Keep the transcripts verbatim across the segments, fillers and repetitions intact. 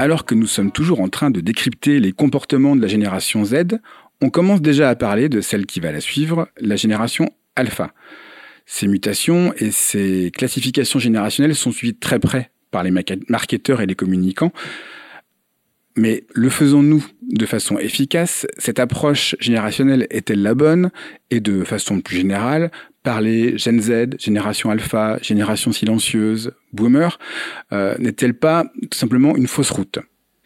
Alors que nous sommes toujours en train de décrypter les comportements de la génération Z, on commence déjà à parler de celle qui va la suivre, la génération Alpha. Ces mutations et ces classifications générationnelles sont suivies de très près par les marketeurs et les communicants. Mais le faisons-nous de façon efficace? Cette approche générationnelle est-elle la bonne? Et de façon plus générale, parler Gen Z, génération alpha, génération silencieuse, boomer, euh, n'est-elle pas tout simplement une fausse route?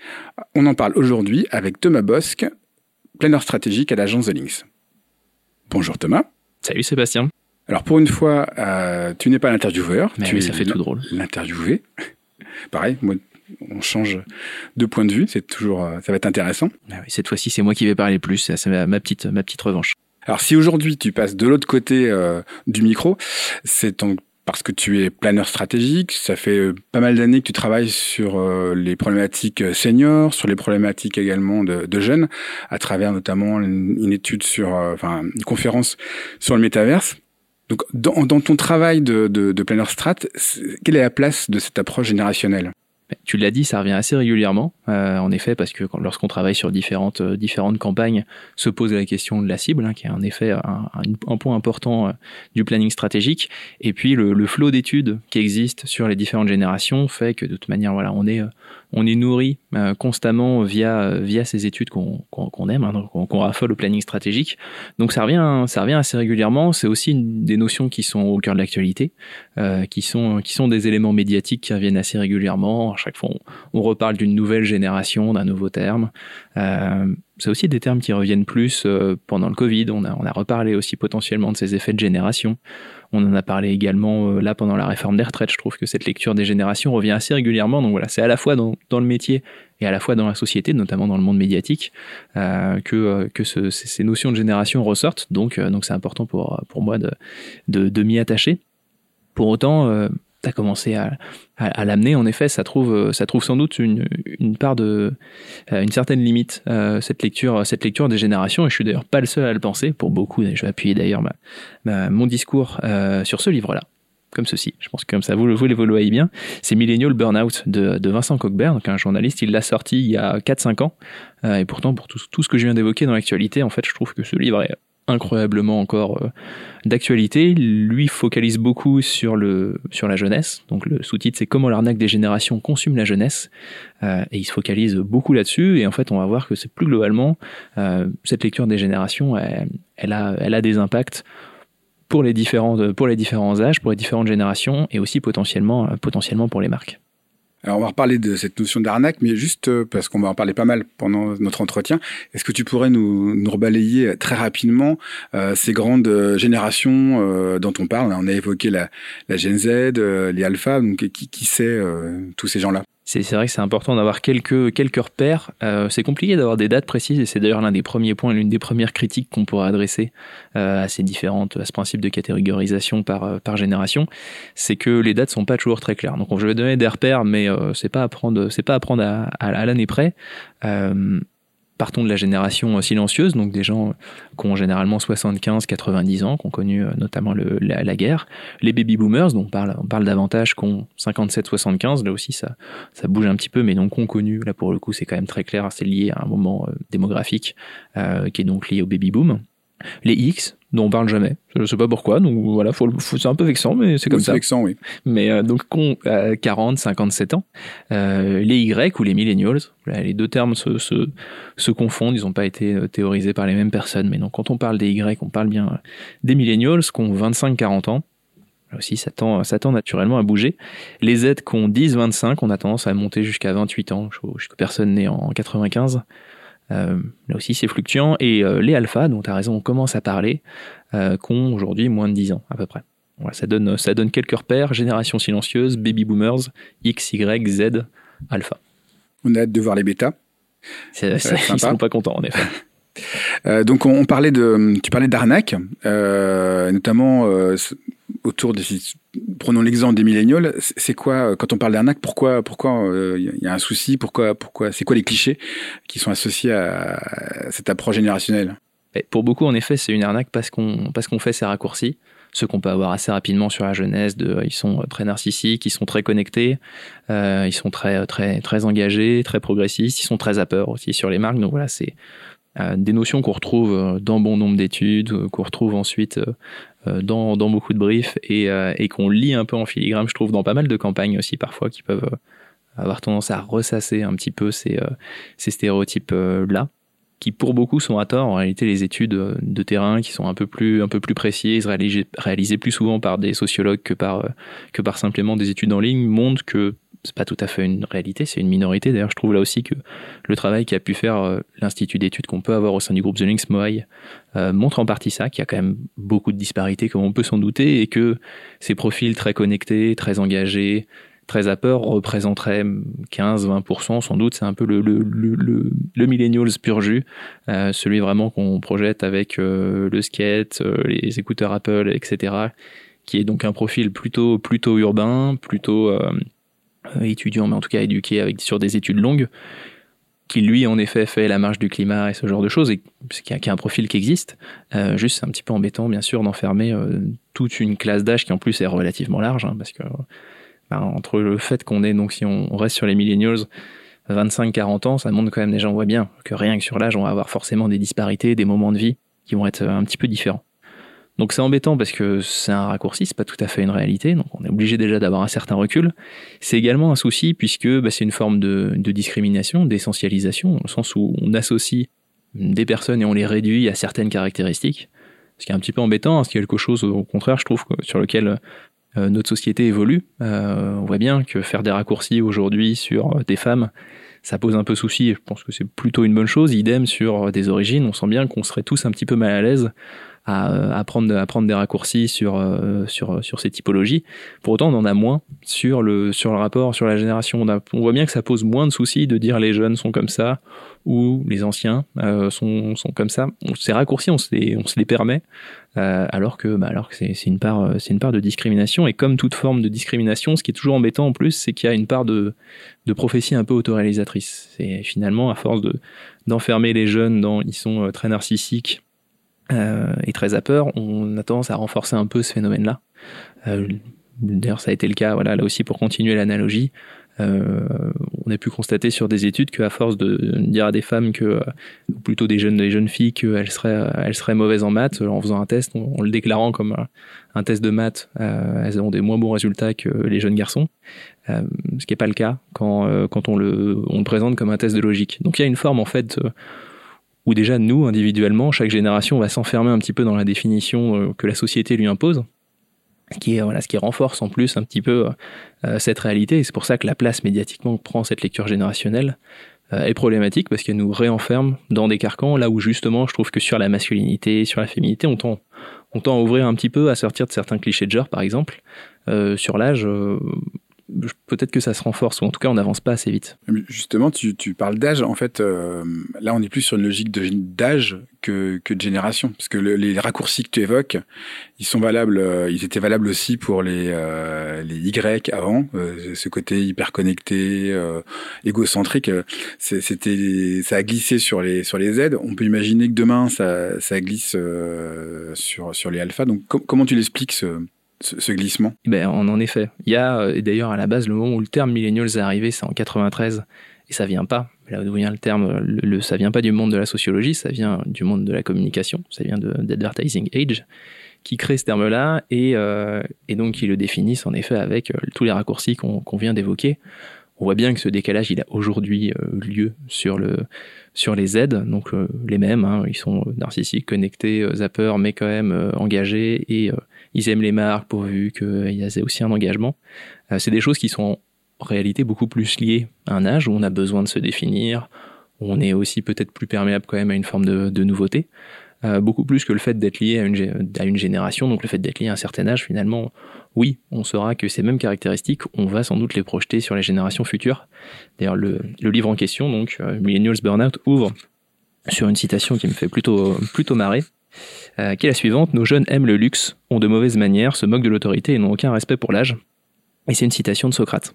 On en parle aujourd'hui avec Thomas Bosc, planeur stratégique à l'agence The Links. Bonjour Thomas. Salut Sébastien. Alors pour une fois, euh, tu n'es pas l'intervieweur, Mais tu oui, es ça fait tout drôle. L'interviewé. Pareil, moi, on change de point de vue, c'est toujours, ça va être intéressant. Ah oui, cette fois-ci, c'est moi qui vais parler plus, c'est ma, ma petite, ma petite revanche. Alors si aujourd'hui tu passes de l'autre côté euh, du micro, c'est donc parce que tu es planeur stratégique, ça fait pas mal d'années que tu travailles sur euh, les problématiques seniors, sur les problématiques également de, de jeunes, à travers notamment une, une étude sur, euh, enfin une conférence sur le métaverse. Donc dans, dans ton travail de, de, de planeur strat, quelle est la place de cette approche générationnelle ? Tu l'as dit, ça revient assez régulièrement, euh, en effet, parce que quand, lorsqu'on travaille sur différentes, euh, différentes campagnes, se pose la question de la cible, hein, qui est en effet un, un, un point important euh, du planning stratégique. Et puis le, le flot d'études qui existe sur les différentes générations fait que de toute manière, voilà, on est, euh, on est nourri euh, constamment via, euh, via ces études qu'on, qu'on, qu'on aime, hein, donc qu'on, qu'on raffole au planning stratégique. Donc ça revient, ça revient assez régulièrement. C'est aussi une, des notions qui sont au cœur de l'actualité, euh, qui sont, qui sont des éléments médiatiques qui reviennent assez régulièrement. Chaque fois, on, on reparle d'une nouvelle génération, d'un nouveau terme. Euh, c'est aussi des termes qui reviennent plus euh, pendant le Covid. On a, on a reparlé aussi potentiellement de ces effets de génération. On en a parlé également euh, là pendant la réforme des retraites. Je trouve que cette lecture des générations revient assez régulièrement. Donc voilà, c'est à la fois dans, dans le métier et à la fois dans la société, notamment dans le monde médiatique, euh, que, euh, que ce, ces notions de génération ressortent. Donc, euh, donc c'est important pour, pour moi de, de, de m'y attacher. Pour autant, euh, tu as commencé à, à, à l'amener, en effet, ça trouve, ça trouve sans doute une, une part de, euh, une certaine limite, euh, cette lecture, cette lecture des générations, et je suis d'ailleurs pas le seul à le penser, pour beaucoup, et je vais appuyer d'ailleurs ma, ma, mon discours euh, sur ce livre-là, comme ceci, je pense que comme ça vous, vous, vous le voyez bien, c'est Millennial Burnout de, de Vincent Cockburn, donc un journaliste, il l'a sorti il y a quatre cinq ans, euh, et pourtant pour tout, tout ce que je viens d'évoquer dans l'actualité, en fait, je trouve que ce livre est incroyablement encore euh, d'actualité. Lui focalise beaucoup sur le sur la jeunesse. Donc le sous-titre c'est Comment l'arnaque des générations consume la jeunesse. Euh, et il se focalise beaucoup là-dessus. Et en fait, on va voir que c'est plus globalement euh, cette lecture des générations, elle, elle a elle a des impacts pour les différents pour les différents âges, pour les différentes générations, et aussi potentiellement potentiellement pour les marques. Alors on va reparler de cette notion d'arnaque, mais juste parce qu'on va en parler pas mal pendant notre entretien, est-ce que tu pourrais nous, nous rebalayer très rapidement euh, ces grandes générations euh, dont on parle? On a évoqué la, la Gen Z, euh, les Alpha, donc qui, qui c'est euh, tous ces gens-là? C'est, c'est vrai que c'est important d'avoir quelques, quelques repères. Euh, c'est compliqué d'avoir des dates précises, et c'est d'ailleurs l'un des premiers points, l'une des premières critiques qu'on pourrait adresser euh, à ces différentes, à ce principe de catégorisation par, par génération. C'est que les dates sont pas toujours très claires. Donc je vais donner des repères, mais euh, c'est pas à prendre, c'est pas à prendre à, à, à l'année près. Euh, Partons de la génération silencieuse, donc des gens qui ont généralement soixante-quinze à quatre-vingt-dix ans, qui ont connu notamment le, la, la guerre. Les baby boomers, dont on parle, on parle davantage, qui ont cinquante-sept à soixante-quinze, là aussi ça, ça bouge un petit peu, mais donc qui ont connu, là pour le coup c'est quand même très clair, c'est lié à un moment euh, démographique euh, qui est donc lié au baby boom. Les X, dont on parle jamais, je ne sais pas pourquoi, donc voilà, faut, faut, c'est un peu vexant, mais c'est comme oui, ça. C'est vexant, oui. Mais euh, donc, qu'on, euh, quarante, cinquante-sept ans, euh, les Y ou les millennials, les deux termes se, se, se confondent, ils n'ont pas été théorisés par les mêmes personnes, mais donc quand on parle des Y, on parle bien des millennials qui ont vingt-cinq à quarante ans. Là aussi, ça tend, ça tend naturellement à bouger. Les Z qui ont dix à vingt-cinq, on a tendance à monter jusqu'à vingt-huit ans, jusqu'à personne née en quatre-vingt-quinze. Euh, là aussi c'est fluctuant, et euh, les alphas dont tu as raison on commence à parler euh, qui ont aujourd'hui moins de dix ans à peu près. Voilà, ça donne, ça donne quelques repères: génération silencieuse, baby boomers, X, Y, Z, alpha. On a hâte de voir les bêtas. C'est, c'est, ils ne seront pas contents en effet. euh, donc on, on parlait de, tu parlais d'arnaque, euh, notamment euh, autour des, prenons l'exemple des millénials. C'est quoi, quand on parle d'arnaque, pourquoi, pourquoi il euh, y a un souci, pourquoi, pourquoi, c'est quoi les clichés qui sont associés à, à cette approche générationnelle? Et pour beaucoup, en effet, c'est une arnaque parce qu'on, parce qu'on fait ces raccourcis. ceux qu'on peut avoir assez rapidement sur la jeunesse, de, ils sont très narcissiques, ils sont très connectés, euh, ils sont très, très, très engagés, très progressistes, ils sont très à peur aussi sur les marques. Donc voilà, c'est euh, des notions qu'on retrouve dans bon nombre d'études, qu'on retrouve ensuite euh, dans, dans beaucoup de briefs et, euh, et qu'on lit un peu en filigrane, je trouve, dans pas mal de campagnes aussi parfois, qui peuvent avoir tendance à ressasser un petit peu ces, euh, ces stéréotypes-là, qui pour beaucoup sont à tort. En réalité, les études de terrain qui sont un peu plus, un peu plus précises, réalisées, réalisées plus souvent par des sociologues que par, que par simplement des études en ligne, montrent que c'est pas tout à fait une réalité, c'est une minorité. D'ailleurs, je trouve là aussi que le travail qu'a pu faire l'Institut d'études qu'on peut avoir au sein du groupe The Links Moai euh, montre en partie ça, qu'il y a quand même beaucoup de disparités comme on peut s'en douter, et que ces profils très connectés, très engagés, très à peur représenterait quinze à vingt pour cent sans doute. C'est un peu le, le, le, le, le millennials pur jus, euh, celui vraiment qu'on projette avec euh, le skate, euh, les écouteurs Apple, et cetera, qui est donc un profil plutôt, plutôt urbain, plutôt euh, étudiant, mais en tout cas éduqué avec, sur des études longues, qui lui en effet fait la marche du climat et ce genre de choses, et qui a, qui a un profil qui existe. Euh, juste c'est un petit peu embêtant bien sûr d'enfermer euh, toute une classe d'âge qui en plus est relativement large, hein, parce que ben, entre le fait qu'on est, donc si on reste sur les millennials, vingt-cinq à quarante ans, ça montre quand même déjà, on voit bien que rien que sur l'âge, on va avoir forcément des disparités, des moments de vie qui vont être un petit peu différents. Donc c'est embêtant parce que c'est un raccourci, c'est pas tout à fait une réalité, donc on est obligé déjà d'avoir un certain recul. C'est également un souci puisque bah, c'est une forme de, de discrimination, d'essentialisation, dans le sens où on associe des personnes et on les réduit à certaines caractéristiques, ce qui est un petit peu embêtant, c'est quelque chose au contraire, je trouve, sur lequel Euh, notre société évolue. Euh, on voit bien que faire des raccourcis aujourd'hui sur des femmes, ça pose un peu souci. Je pense que c'est plutôt une bonne chose. Idem sur des origines. On sent bien qu'on serait tous un petit peu mal à l'aise à, à, prendre, à prendre des raccourcis sur, euh, sur, sur ces typologies. Pour autant, on en a moins sur le, sur le rapport, sur la génération. On, a, on voit bien que ça pose moins de soucis de dire les jeunes sont comme ça ou les anciens euh, sont, sont comme ça. On, ces raccourcis, on se les, on se les permet. Euh, alors que, bah, alors que c'est, c'est, une part, c'est une part de discrimination, et comme toute forme de discrimination, ce qui est toujours embêtant en plus, c'est qu'il y a une part de, de prophétie un peu autoréalisatrice. C'est finalement, à force de, d'enfermer les jeunes dans ils sont très narcissiques euh, et très à peur, on a tendance à renforcer un peu ce phénomène-là. Euh, d'ailleurs, ça a été le cas, voilà, là aussi pour continuer l'analogie. Euh, on a pu constater sur des études qu'à force de dire à des femmes que, ou plutôt des jeunes, des jeunes filles, qu'elles seraient, elles seraient mauvaises en maths, en faisant un test, en, en le déclarant comme un, un test de maths, euh, elles ont des moins bons résultats que les jeunes garçons, euh, ce qui n'est pas le cas quand, euh, quand on, le, on le présente comme un test de logique. Donc il y a une forme en fait euh, où déjà nous, individuellement, chaque génération va s'enfermer un petit peu dans la définition euh, que la société lui impose, qui est, voilà, ce qui renforce en plus un petit peu euh, cette réalité. Et c'est pour ça que la place médiatiquement que prend cette lecture générationnelle euh, est problématique, parce qu'elle nous réenferme dans des carcans, là où justement je trouve que sur la masculinité, sur la féminité, on tend, on tend à ouvrir un petit peu, à sortir de certains clichés de genre par exemple. Euh, sur l'âge, euh, peut-être que ça se renforce, ou en tout cas on n'avance pas assez vite. Justement, tu, tu parles d'âge, en fait, euh, là on est plus sur une logique de, d'âge que, que de génération, parce que le, les raccourcis que tu évoques, ils sont valables, euh, ils étaient valables aussi pour les, euh, les Y avant, euh, ce côté hyper connecté, euh, égocentrique, c'est, c'était, ça a glissé sur les, sur les Z. On peut imaginer que demain ça, ça glisse euh, sur, sur les alphas. Donc com- comment tu l'expliques ce Ce, ce glissement? Ben, en, en effet. Il y a, et d'ailleurs, à la base, le moment où le terme millennials est arrivé, c'est en quatre-vingt-treize, et ça vient pas, là où vient le terme, le, le, ça vient pas du monde de la sociologie, ça vient du monde de la communication, ça vient de, d'Advertising Age, qui crée ce terme-là, et, euh, et donc qui le définissent en effet avec euh, tous les raccourcis qu'on, qu'on vient d'évoquer. On voit bien que ce décalage, il a aujourd'hui euh, lieu sur, le, sur les Z, donc euh, les mêmes, hein, ils sont narcissiques, connectés, euh, zappeurs, mais quand même euh, engagés, et euh, ils aiment les marques pourvu qu'il y ait aussi un engagement. Euh, c'est des choses qui sont en réalité beaucoup plus liées à un âge où on a besoin de se définir, où on est aussi peut-être plus perméable quand même à une forme de, de nouveauté, euh, beaucoup plus que le fait d'être lié à une, à une génération, donc le fait d'être lié à un certain âge, finalement, oui, on saura que ces mêmes caractéristiques, on va sans doute les projeter sur les générations futures. D'ailleurs, le, le livre en question, donc euh, Millennials Burnout, ouvre sur une citation qui me fait plutôt, plutôt marrer, euh, qui est la suivante: nos jeunes aiment le luxe, ont de mauvaises manières, se moquent de l'autorité et n'ont aucun respect pour l'âge. Et c'est une citation de Socrate.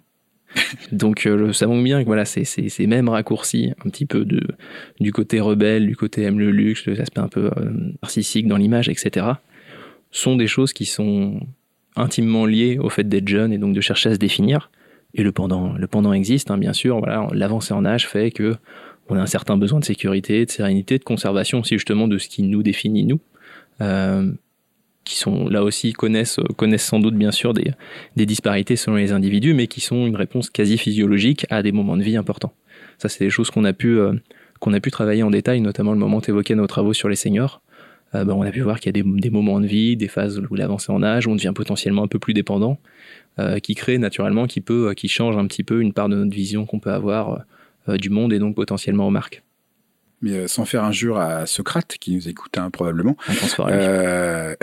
Donc euh, ça montre bien que voilà, c'est, c'est, ces mêmes raccourcis, un petit peu de, du côté rebelle, du côté aime le luxe, de l'aspect un peu euh, narcissique dans l'image, et cetera, sont des choses qui sont intimement liées au fait d'être jeune et donc de chercher à se définir. Et le pendant, le pendant existe, hein, bien sûr. Voilà, l'avancée en âge fait que on a un certain besoin de sécurité, de sérénité, de conservation aussi justement de ce qui nous définit nous, euh, qui sont là aussi connaissent connaissent sans doute bien sûr des des disparités selon les individus, mais qui sont une réponse quasi physiologique à des moments de vie importants. Ça, c'est des choses qu'on a pu euh, qu'on a pu travailler en détail, notamment le moment où tu évoquais nos travaux sur les seniors. Euh, ben, on a pu voir qu'il y a des, des moments de vie, des phases où l'avancée en âge, où on devient potentiellement un peu plus dépendant, euh, qui crée naturellement, qui peut, qui change un petit peu une part de notre vision qu'on peut avoir euh, du monde et donc potentiellement aux marques. Mais euh, sans faire injure à Socrate, qui nous écoute hein, probablement, euh,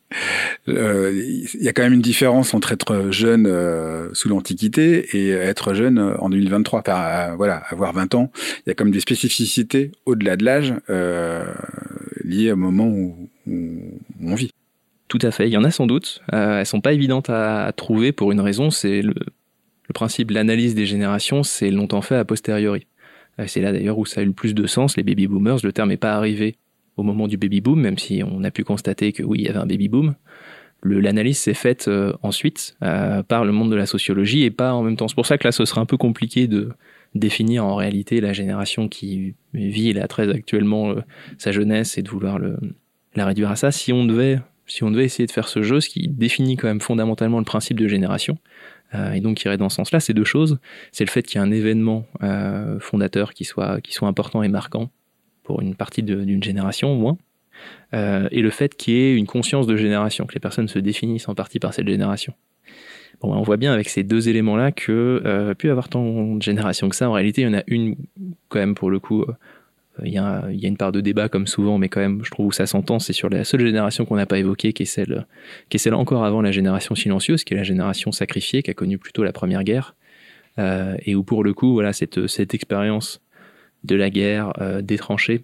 euh, il y a quand même une différence entre être jeune euh, sous l'Antiquité et être jeune en deux mille vingt-trois. Enfin, euh, voilà, avoir vingt ans, il y a comme des spécificités au-delà de l'âge euh, liées au moment où, où on vit. Tout à fait, il y en a sans doute. Euh, elles sont pas évidentes à, à trouver pour une raison, c'est le, le principe de l'analyse des générations, c'est longtemps fait a posteriori. C'est là d'ailleurs où ça a eu le plus de sens, les baby boomers. Le terme n'est pas arrivé au moment du baby boom, même si on a pu constater que oui, il y avait un baby boom. Le, l'analyse s'est faite euh, ensuite euh, par le monde de la sociologie et pas en même temps. C'est pour ça que là, ce serait un peu compliqué de définir en réalité la génération qui vit là très actuellement euh, sa jeunesse et de vouloir le, la réduire à ça. Si on devait, si on devait essayer de faire ce jeu, ce qui définit quand même fondamentalement le principe de génération, Euh, et donc qui irait dans ce sens-là, c'est deux choses. C'est le fait qu'il y ait un événement euh, fondateur qui soit, qui soit important et marquant pour une partie de, d'une génération au moins, euh, et le fait qu'il y ait une conscience de génération, que les personnes se définissent en partie par cette génération. Bon, on voit bien avec ces deux éléments-là que euh, plus avoir tant de générations que ça, en réalité, il y en a une quand même pour le coup. Euh, Il y, a, il y a une part de débat comme souvent, mais quand même, je trouve où ça s'entend, c'est sur la seule génération qu'on n'a pas évoquée, qui est celle, qui est celle encore avant la génération silencieuse, qui est la génération sacrifiée, qui a connu plutôt la Première Guerre, euh, et où pour le coup, voilà, cette, cette expérience de la guerre, euh, des tranchées,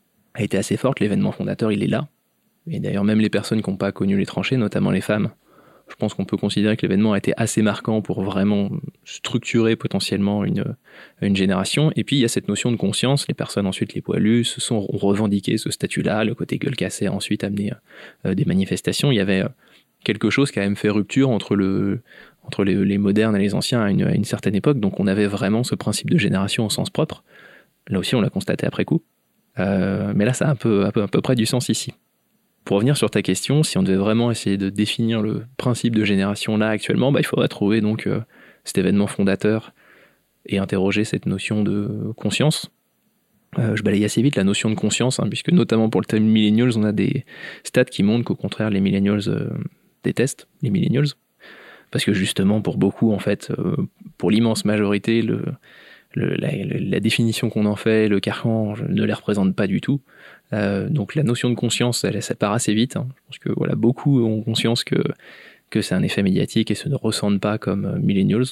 a été assez forte. L'événement fondateur, il est là. Et d'ailleurs, même les personnes qui n'ont pas connu les tranchées, notamment les femmes, je pense qu'on peut considérer que l'événement a été assez marquant pour vraiment structurer potentiellement une, une génération. Et puis, il y a cette notion de conscience. Les personnes, ensuite, les poilus, se sont revendiqué ce statut-là. Le côté gueule cassée a ensuite amené euh, des manifestations. Il y avait quelque chose qui a même fait rupture entre, le, entre les, les modernes et les anciens à une, à une certaine époque. Donc, on avait vraiment ce principe de génération au sens propre. Là aussi, on l'a constaté après coup. Euh, mais là, ça a un peu, un peu, à peu près du sens ici. Pour revenir sur ta question, si on devait vraiment essayer de définir le principe de génération là actuellement, bah, il faudrait trouver donc euh, cet événement fondateur et interroger cette notion de conscience. Euh, je balaye assez vite la notion de conscience, hein, puisque notamment pour le thème millennials, on a des stats qui montrent qu'au contraire les millennials euh, détestent les millennials, parce que justement pour beaucoup en fait, euh, pour l'immense majorité, le, le, la, la définition qu'on en fait, le carcan ne les représente pas du tout. Euh, donc la notion de conscience, elle, ça part assez vite. Hein. Je pense que voilà, beaucoup ont conscience que, que c'est un effet médiatique et se ne ressentent pas comme euh, millennials.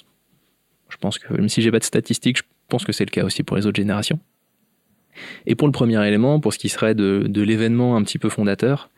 Je pense que, même si j'ai pas de statistiques, je pense que c'est le cas aussi pour les autres générations. Et pour le premier élément, pour ce qui serait de, de l'événement un petit peu fondateur,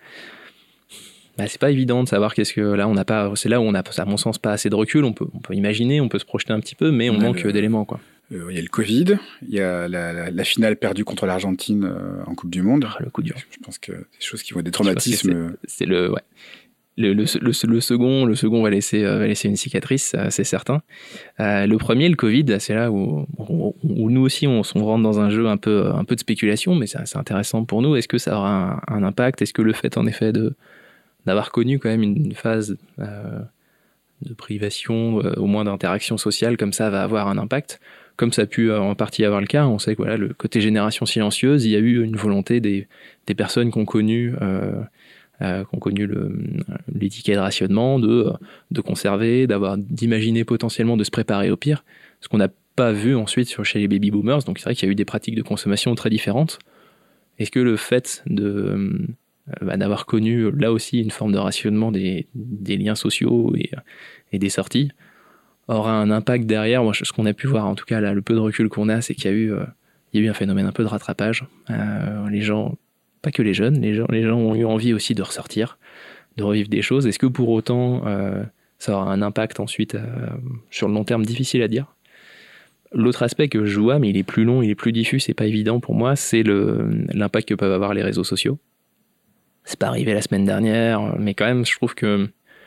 bah, c'est pas évident de savoir qu'est-ce que là on n'a pas. C'est là où on a, à mon sens, pas assez de recul. On peut, on peut imaginer, on peut se projeter un petit peu, mais on, on manque le... d'éléments, quoi. Il euh, y a le Covid, il y a la, la, la finale perdue contre l'Argentine euh, en Coupe du Monde. Ah, le coup dur. Je pense que c'est des choses qui vont être des traumatismes. C'est, c'est le, ouais. Le, le, le, le second, le second va laisser, va laisser une cicatrice, c'est certain. Euh, le premier, le Covid, c'est là où, où, où nous aussi on, on rentre dans un jeu un peu, un peu de spéculation, mais c'est, c'est intéressant pour nous. Est-ce que ça aura un, un impact ? Est-ce que le fait en effet de, d'avoir connu quand même une phase euh, de privation, euh, au moins d'interaction sociale, comme ça va avoir un impact ? Comme ça a pu en partie avoir le cas, on sait que voilà, le côté génération silencieuse, il y a eu une volonté des, des personnes qui ont connu, euh, euh, qui ont connu le, l'étiquette de rationnement, de, de conserver, d'avoir, d'imaginer potentiellement de se préparer au pire, ce qu'on n'a pas vu ensuite sur, chez les baby boomers. Donc c'est vrai qu'il y a eu des pratiques de consommation très différentes. Est-ce que le fait de, euh, bah, d'avoir connu là aussi une forme de rationnement des, des liens sociaux et, et des sorties aura un impact derrière? Moi, ce qu'on a pu voir, en tout cas, là, le peu de recul qu'on a, c'est qu'il y a eu, euh, il y a eu un phénomène un peu de rattrapage. Euh, les gens, pas que les jeunes, les gens, les gens ont eu envie aussi de ressortir, de revivre des choses. Est-ce que pour autant, euh, ça aura un impact ensuite euh, sur le long terme? Difficile à dire. L'autre aspect que je vois, mais il est plus long, il est plus diffus, c'est pas évident pour moi, c'est le, l'impact que peuvent avoir les réseaux sociaux. c'est pas arrivé la semaine dernière, mais quand même, je trouve que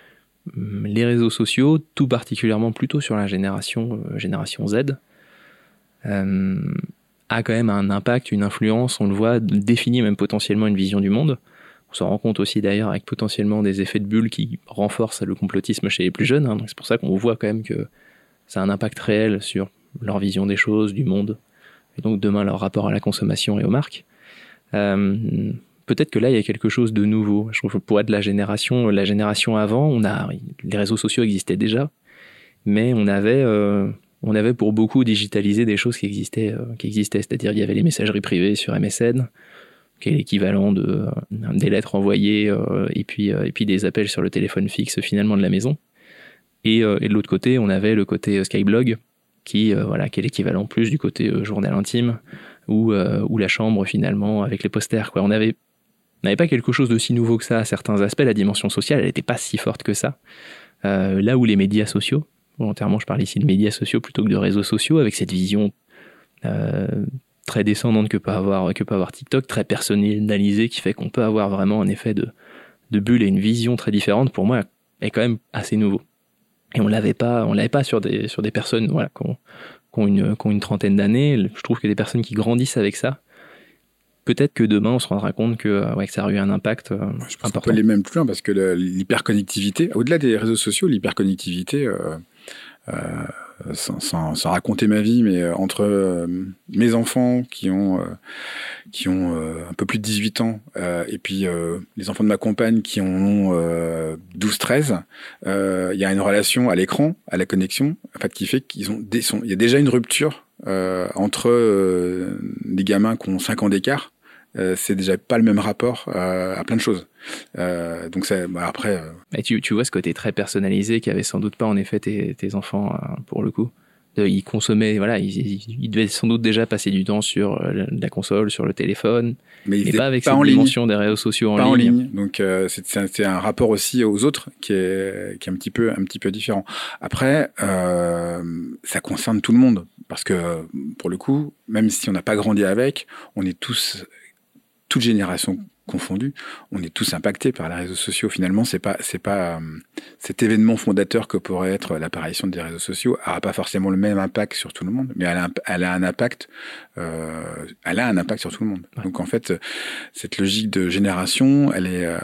les réseaux sociaux, tout particulièrement plutôt sur la génération, euh, génération Z, euh, a quand même un impact, une influence, on le voit, définit même potentiellement une vision du monde. On s'en rend compte aussi d'ailleurs avec potentiellement des effets de bulle qui renforcent le complotisme chez les plus jeunes. Hein. Donc c'est pour ça qu'on voit quand même que ça a un impact réel sur leur vision des choses, du monde, et donc demain leur rapport à la consommation et aux marques. Euh, peut-être que là il y a quelque chose de nouveau. Je trouve que pour être la génération, la génération avant, on a, les réseaux sociaux existaient déjà, mais on avait, euh, on avait pour beaucoup digitalisé des choses qui existaient, euh, qui existaient. C'est-à-dire il y avait les messageries privées sur M S N, qui est l'équivalent de, euh, des lettres envoyées euh, et, puis, euh, et puis des appels sur le téléphone fixe finalement de la maison. Et, euh, et de l'autre côté, on avait le côté Skyblog, qui, euh, voilà, qui est l'équivalent plus du côté euh, journal intime, ou, euh, ou la chambre finalement avec les posters. Quoi. On avait, on n'avait pas quelque chose de si nouveau que ça à certains aspects. La dimension sociale, elle n'était pas si forte que ça. Euh, là où les médias sociaux, volontairement je parle ici de médias sociaux plutôt que de réseaux sociaux, avec cette vision euh, très descendante que peut avoir que peut avoir TikTok, très personnalisée, qui fait qu'on peut avoir vraiment un effet de, de bulle et une vision très différente, pour moi, est quand même assez nouveau. Et on l'avait pas, on l'avait pas sur des sur des personnes, voilà, qui ont, qui ont une qui ont une trentaine d'années. Je trouve que des personnes qui grandissent avec ça, peut-être que demain on se rendra compte que, ouais, que ça a eu un impact euh, Je pense important. qu'on peut aller même plus loin parce que le, l'hyperconnectivité, au-delà des réseaux sociaux, l'hyperconnectivité. Euh, euh, Sans, sans, sans raconter ma vie, mais euh, entre euh, mes enfants qui ont euh, qui ont euh, un peu plus de dix-huit ans euh, et puis euh, les enfants de ma compagne qui en ont euh, douze treize, euh, il y a une relation à l'écran, à la connexion, en fait, qui fait qu'ils ont des, sont, il y a déjà une rupture euh, entre euh, des gamins qui ont cinq ans d'écart. Euh, c'est déjà pas le même rapport euh, à plein de choses. Euh, donc ça, bah après. Euh... Et tu, tu vois ce côté très personnalisé qu'avaient sans doute pas en effet tes, tes enfants euh, pour le coup. De, ils consommaient, voilà, ils, ils, ils devaient sans doute déjà passer du temps sur euh, la console, sur le téléphone, mais, mais pas avec pas cette dimension des réseaux sociaux en pas ligne. en ligne. Donc euh, c'est, c'est, un, c'est un rapport aussi aux autres qui est qui est un petit peu un petit peu différent. Après, euh, ça concerne tout le monde parce que pour le coup, même si on n'a pas grandi avec, on est tous toute génération confondue, on est tous impactés par les réseaux sociaux. Finalement, c'est pas, c'est pas euh, cet événement fondateur que pourrait être l'apparition des réseaux sociaux n'aura pas forcément le même impact sur tout le monde, mais elle a, elle a un impact, euh, elle a un impact sur tout le monde. Ouais. Donc en fait, cette logique de génération, elle est, euh,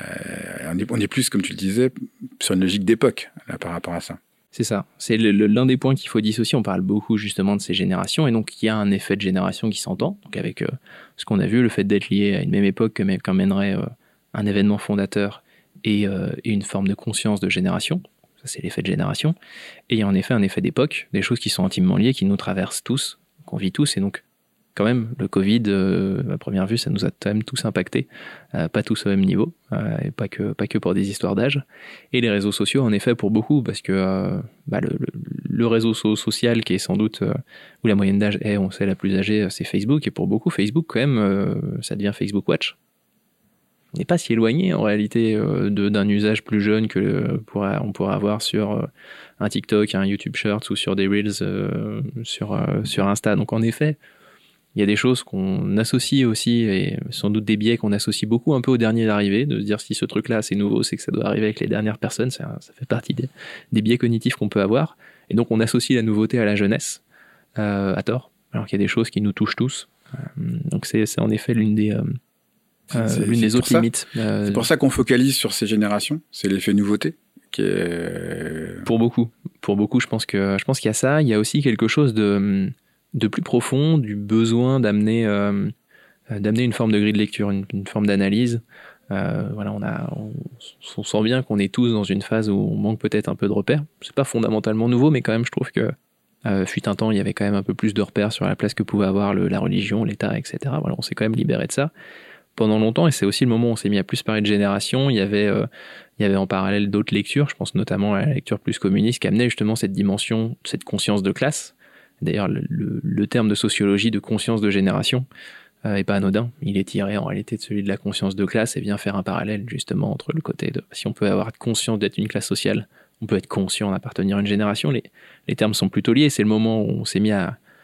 on est, on est plus, comme tu le disais, sur une logique d'époque là, par rapport à ça. C'est ça. C'est le, le, l'un des points qu'il faut dissocier. On parle beaucoup justement de ces générations, et donc il y a un effet de génération qui s'entend. Donc avec euh, ce qu'on a vu, le fait d'être lié à une même époque qu'emmènerait euh, un événement fondateur et, euh, et une forme de conscience de génération. Ça, c'est l'effet de génération. Et il y a en effet un effet d'époque, des choses qui sont intimement liées, qui nous traversent tous, qu'on vit tous, et donc quand même, le Covid, euh, à première vue, ça nous a quand même tous impactés, euh, pas tous au même niveau, euh, et pas que, pas que pour des histoires d'âge. Et les réseaux sociaux, en effet, pour beaucoup, parce que euh, bah, le, le, le réseau social qui est sans doute, euh, où la moyenne d'âge est, on sait, la plus âgée, c'est Facebook, et pour beaucoup, Facebook, quand même, euh, ça devient Facebook Watch. On n'est pas si éloigné, en réalité, euh, de, d'un usage plus jeune que euh, pourra, on pourrait avoir sur euh, un TikTok, un YouTube Shorts, ou sur des Reels euh, sur, euh, sur Insta. Donc, en effet, il y a des choses qu'on associe aussi, et sans doute des biais qu'on associe beaucoup un peu au dernier arrivé, de se dire si ce truc-là c'est nouveau, c'est que ça doit arriver avec les dernières personnes, ça, ça fait partie des, des biais cognitifs qu'on peut avoir. Et donc on associe la nouveauté à la jeunesse, euh, à tort, alors qu'il y a des choses qui nous touchent tous. Euh, donc c'est, c'est en effet l'une des, euh, euh, c'est, l'une c'est des autres ça. limites. Euh, c'est pour ça qu'on focalise sur ces générations, c'est l'effet nouveauté. Qui est... Pour beaucoup, pour beaucoup, je pense que je pense qu'il y a ça. Il y a aussi quelque chose de de plus profond, du besoin d'amener, euh, d'amener une forme de grille de lecture, une, une forme d'analyse. Euh, voilà, on, a, on, on sent bien qu'on est tous dans une phase où on manque peut-être un peu de repères. C'est pas fondamentalement nouveau, mais quand même, je trouve que euh, fut un temps, il y avait quand même un peu plus de repères sur la place que pouvait avoir le, la religion, l'État, et cetera. Voilà, on s'est quand même libéré de ça pendant longtemps, et c'est aussi le moment où on s'est mis à plus parler de génération. Il y avait, euh, il y avait en parallèle d'autres lectures, je pense notamment à la lecture plus communiste, qui amenait justement cette dimension, cette conscience de classe. D'ailleurs, le, le, le terme de sociologie de conscience de génération euh, est pas anodin. Il est tiré en réalité de celui de la conscience de classe et vient faire un parallèle justement entre le côté de si on peut avoir conscience d'être une classe sociale, on peut être conscient d'appartenir à une génération. Les, les termes sont plutôt liés. C'est le moment où on s'est mis à,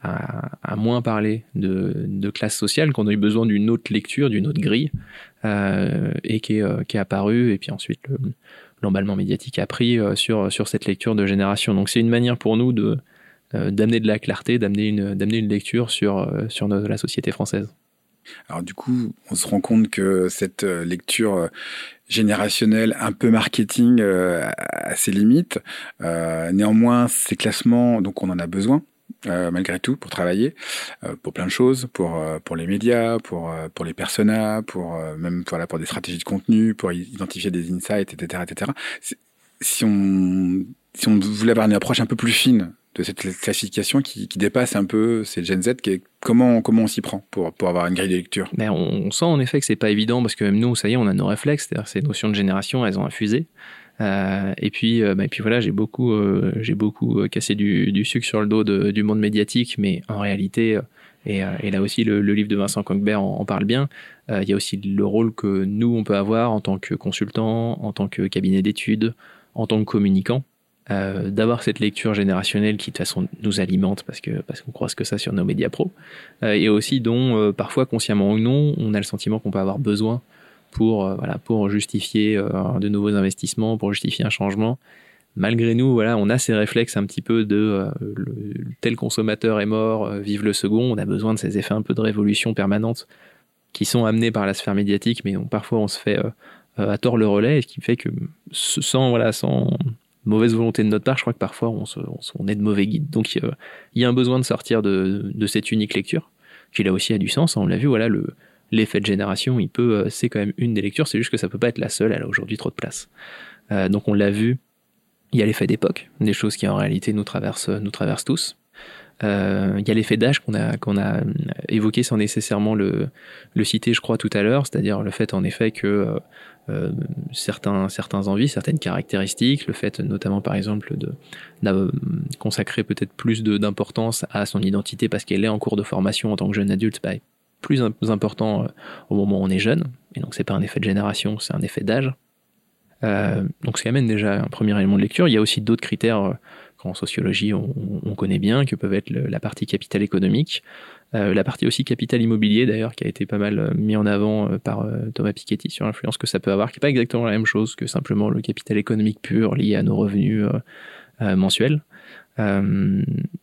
à, à moins parler de, de classe sociale, qu'on a eu besoin d'une autre lecture, d'une autre grille, euh, et qui est, euh, qui est apparue, et puis ensuite le, l'emballement médiatique a pris euh, sur, sur cette lecture de génération. Donc c'est une manière pour nous de, euh, d'amener de la clarté, d'amener une, d'amener une lecture sur, euh, sur notre, la société française. Alors du coup, on se rend compte que cette lecture générationnelle, un peu marketing, euh, a ses limites. Euh, néanmoins, ces classements, donc on en a besoin. Euh, malgré tout, pour travailler, euh, pour plein de choses, pour euh, pour les médias, pour euh, pour les personas, pour euh, même voilà pour des stratégies de contenu, pour identifier des insights, et cetera, et cetera. Si on si on voulait avoir une approche un peu plus fine de cette classification qui, qui dépasse un peu ces Gen Z, qui est, comment comment on s'y prend pour pour avoir une grille de lecture? Mais on, on sent en effet que c'est pas évident parce que même nous, ça y est, on a nos réflexes, c'est-à-dire ces notions de génération, elles ont infusé. Euh, et puis, euh, bah, et puis voilà, j'ai beaucoup, euh, j'ai beaucoup euh, cassé du, du sucre sur le dos de, du monde médiatique, mais en réalité, euh, et, euh, et là aussi le, le livre de Vincent Conquebert en, en parle bien, euh, il y a aussi le rôle que nous on peut avoir en tant que consultant, en tant que cabinet d'études, en tant que communicant, euh, d'avoir cette lecture générationnelle qui de toute façon nous alimente parce que parce qu'on croise que ça sur nos médias pro, euh, et aussi dont euh, parfois consciemment ou non, on a le sentiment qu'on peut avoir besoin pour euh, voilà pour justifier euh, de nouveaux investissements, pour justifier un changement. Malgré nous, voilà, on a ces réflexes un petit peu de euh, le, tel consommateur est mort, euh, vive le second. On a besoin de ces effets un peu de révolution permanente qui sont amenés par la sphère médiatique, mais dont parfois on se fait euh, euh, à tort le relais, et ce qui fait que sans voilà sans mauvaise volonté de notre part, je crois que parfois on, se, on, on est de mauvais guides. Donc euh, il y a un besoin de sortir de, de cette unique lecture, qui là aussi a du sens. On l'a vu, voilà le l'effet de génération, il peut, c'est quand même une des lectures, c'est juste que ça peut pas être la seule, elle a aujourd'hui trop de place. Euh, donc on l'a vu, il y a l'effet d'époque, des choses qui en réalité nous traversent, nous traversent tous. Euh, il y a l'effet d'âge qu'on a, qu'on a évoqué sans nécessairement le, le citer, je crois, tout à l'heure, c'est-à-dire le fait en effet que euh, certains, certains envies, certaines caractéristiques, le fait notamment par exemple de, de consacrer peut-être plus de, d'importance à son identité parce qu'elle est en cours de formation en tant que jeune adulte, bah, plus important au moment où on est jeune, et donc c'est pas un effet de génération, c'est un effet d'âge. Euh, donc ça amène déjà un premier élément de lecture. Il y a aussi d'autres critères qu'en sociologie on, on connaît bien, que peuvent être le, la partie capital économique, euh, la partie aussi capital immobilier d'ailleurs, qui a été pas mal mis en avant par euh, Thomas Piketty sur l'influence que ça peut avoir, qui n'est pas exactement la même chose que simplement le capital économique pur lié à nos revenus euh, euh, mensuels. Euh,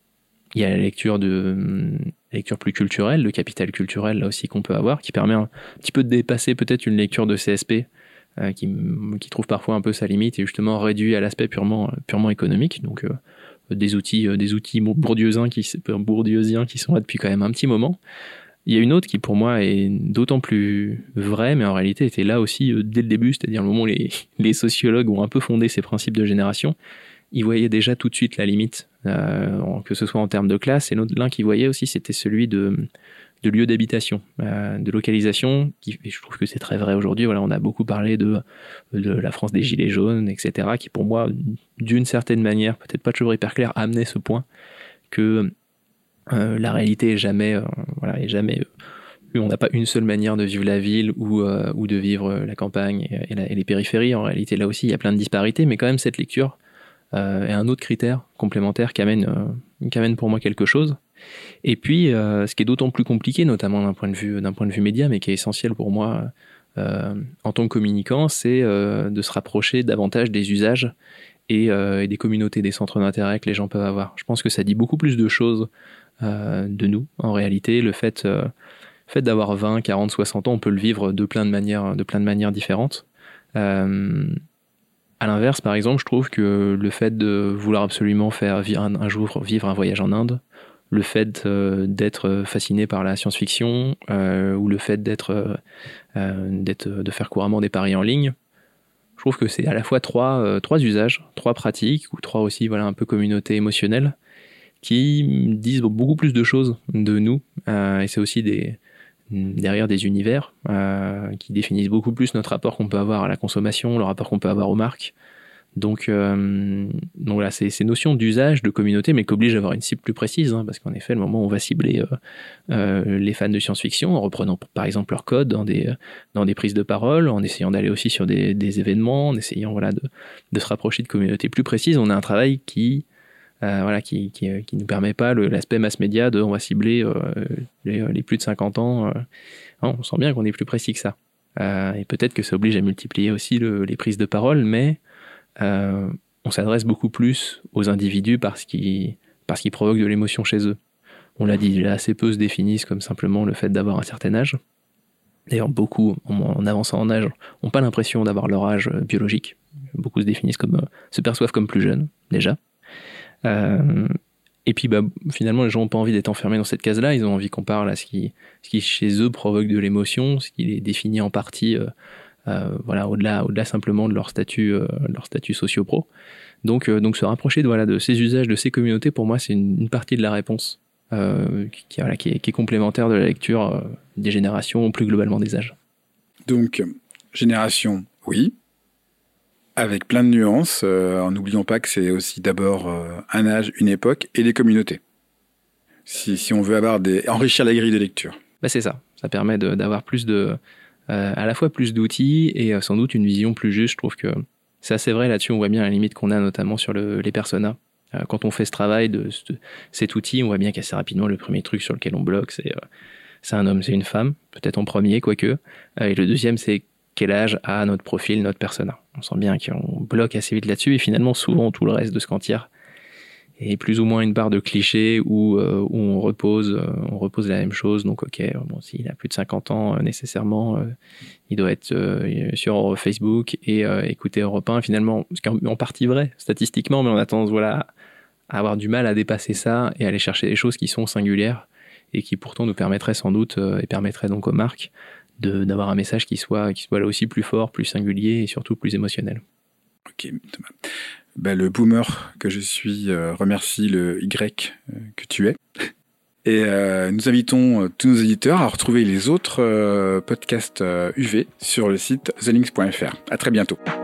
il y a la lecture de lecture plus culturelle, le capital culturel là aussi qu'on peut avoir, qui permet un petit peu de dépasser peut-être une lecture de C S P euh, qui, qui trouve parfois un peu sa limite et justement réduit à l'aspect purement purement économique. Donc euh, des outils euh, des outils bourdieusiens qui bourdieusiens qui sont là depuis quand même un petit moment. Il y a une autre qui pour moi est d'autant plus vraie, mais en réalité était là aussi euh, dès le début, c'est-à-dire le moment où les, les sociologues ont un peu fondé ces principes de génération. Ils voyaient déjà tout de suite la limite, euh, que ce soit en termes de classe, et l'un qu'ils voyaient aussi, c'était celui de, de lieu d'habitation, euh, de localisation, qui, et je trouve que c'est très vrai aujourd'hui. Voilà, on a beaucoup parlé de, de la France des Gilets jaunes, et cetera, qui pour moi, d'une certaine manière, peut-être pas toujours hyper clair, amenait ce point que euh, la réalité est jamais, euh, voilà, est jamais euh, on n'a pas une seule manière de vivre la ville ou, euh, ou de vivre la campagne et, et, la, et les périphéries. En réalité, là aussi, il y a plein de disparités, mais quand même, cette lecture Euh, et un autre critère complémentaire qui amène, euh, qui amène pour moi quelque chose. Et puis, euh, ce qui est d'autant plus compliqué, notamment d'un point de vue, d'un point de vue média, mais qui est essentiel pour moi euh, en tant que communicant, c'est euh, de se rapprocher davantage des usages et, euh, et des communautés, des centres d'intérêt que les gens peuvent avoir. Je pense que ça dit beaucoup plus de choses euh, de nous, en réalité. Le fait, euh, le fait d'avoir vingt, quarante, soixante ans, on peut le vivre de plein de manières, de plein de manières différentes. Euh, À l'inverse, par exemple, je trouve que le fait de vouloir absolument faire un, un jour vivre un voyage en Inde, le fait euh, d'être fasciné par la science-fiction, euh, ou le fait d'être, euh, d'être, de faire couramment des paris en ligne, je trouve que c'est à la fois trois, euh, trois usages, trois pratiques, ou trois aussi, voilà, un peu communautés émotionnelles, qui disent beaucoup plus de choses de nous, euh, et c'est aussi des derrière des univers euh, qui définissent beaucoup plus notre rapport qu'on peut avoir à la consommation, le rapport qu'on peut avoir aux marques. Donc, euh, donc voilà, c'est ces notions d'usage, de communauté, mais qui obligent à avoir une cible plus précise, hein, parce qu'en effet, le moment où on va cibler euh, euh, les fans de science-fiction, en reprenant par exemple leur code dans des, dans des prises de parole, en essayant d'aller aussi sur des, des événements, en essayant voilà, de, de se rapprocher de communautés plus précises, on a un travail qui euh, voilà, qui, qui, qui nous permet pas le, l'aspect mass média de on va cibler euh, les, les plus de cinquante ans. Euh, non, on sent bien qu'on est plus précis que ça. Euh, et peut-être que ça oblige à multiplier aussi le, les prises de parole, mais euh, on s'adresse beaucoup plus aux individus parce qu'ils, parce qu'ils provoquent de l'émotion chez eux. On l'a dit, assez peu se définissent comme simplement le fait d'avoir un certain âge. D'ailleurs, beaucoup, en avançant en âge, n'ont pas l'impression d'avoir leur âge biologique. Beaucoup se définissent comme, se perçoivent comme plus jeunes, déjà. Euh, et puis, bah, finalement, les gens n'ont pas envie d'être enfermés dans cette case-là. Ils ont envie qu'on parle à ce qui, ce qui chez eux, provoque de l'émotion, ce qui les définit en partie, euh, euh, voilà, au-delà, au-delà simplement de leur statut, euh, leur statut socio-pro. Donc, euh, donc, se rapprocher de, voilà, de ces usages, de ces communautés, pour moi, c'est une, une partie de la réponse. Euh, qui, voilà, qui, est, qui est complémentaire de la lecture euh, des générations, plus globalement des âges. Donc, génération, oui, avec plein de nuances, euh, en n'oubliant pas que c'est aussi d'abord euh, un âge, une époque et des communautés. Si, si on veut avoir des, enrichir la grille de lecture. Bah c'est ça, ça permet de, d'avoir plus de, euh, à la fois plus d'outils et euh, sans doute une vision plus juste. Je trouve que c'est assez vrai là-dessus, on voit bien la limite qu'on a notamment sur le, les personas. Quand on fait ce travail de, de cet outil, on voit bien qu'assez rapidement, le premier truc sur lequel on bloque, c'est, euh, c'est un homme, c'est une femme, peut-être en premier, quoique. Euh, et le deuxième, c'est quel âge a notre profil, notre persona. On sent bien qu'on bloque assez vite là-dessus, et finalement, souvent, tout le reste de ce qu'en tire est plus ou moins une barre de clichés où, euh, où on repose euh, on repose la même chose. Donc, ok, bon, s'il a plus de cinquante ans, euh, nécessairement, euh, il doit être euh, sur Facebook et euh, écouter Europe un, finalement, ce qui est en partie vrai, statistiquement, mais on a tendance, voilà, à avoir du mal à dépasser ça et aller chercher des choses qui sont singulières et qui pourtant nous permettraient sans doute euh, et permettraient donc aux marques de, d'avoir un message qui soit, qui soit là aussi plus fort, plus singulier et surtout plus émotionnel. Ok, Thomas. Ben, le boomer que je suis euh, remercie le Y euh, que tu es. Et euh, nous invitons euh, tous nos éditeurs à retrouver les autres euh, podcasts euh, U V sur le site the links point f r. À très bientôt.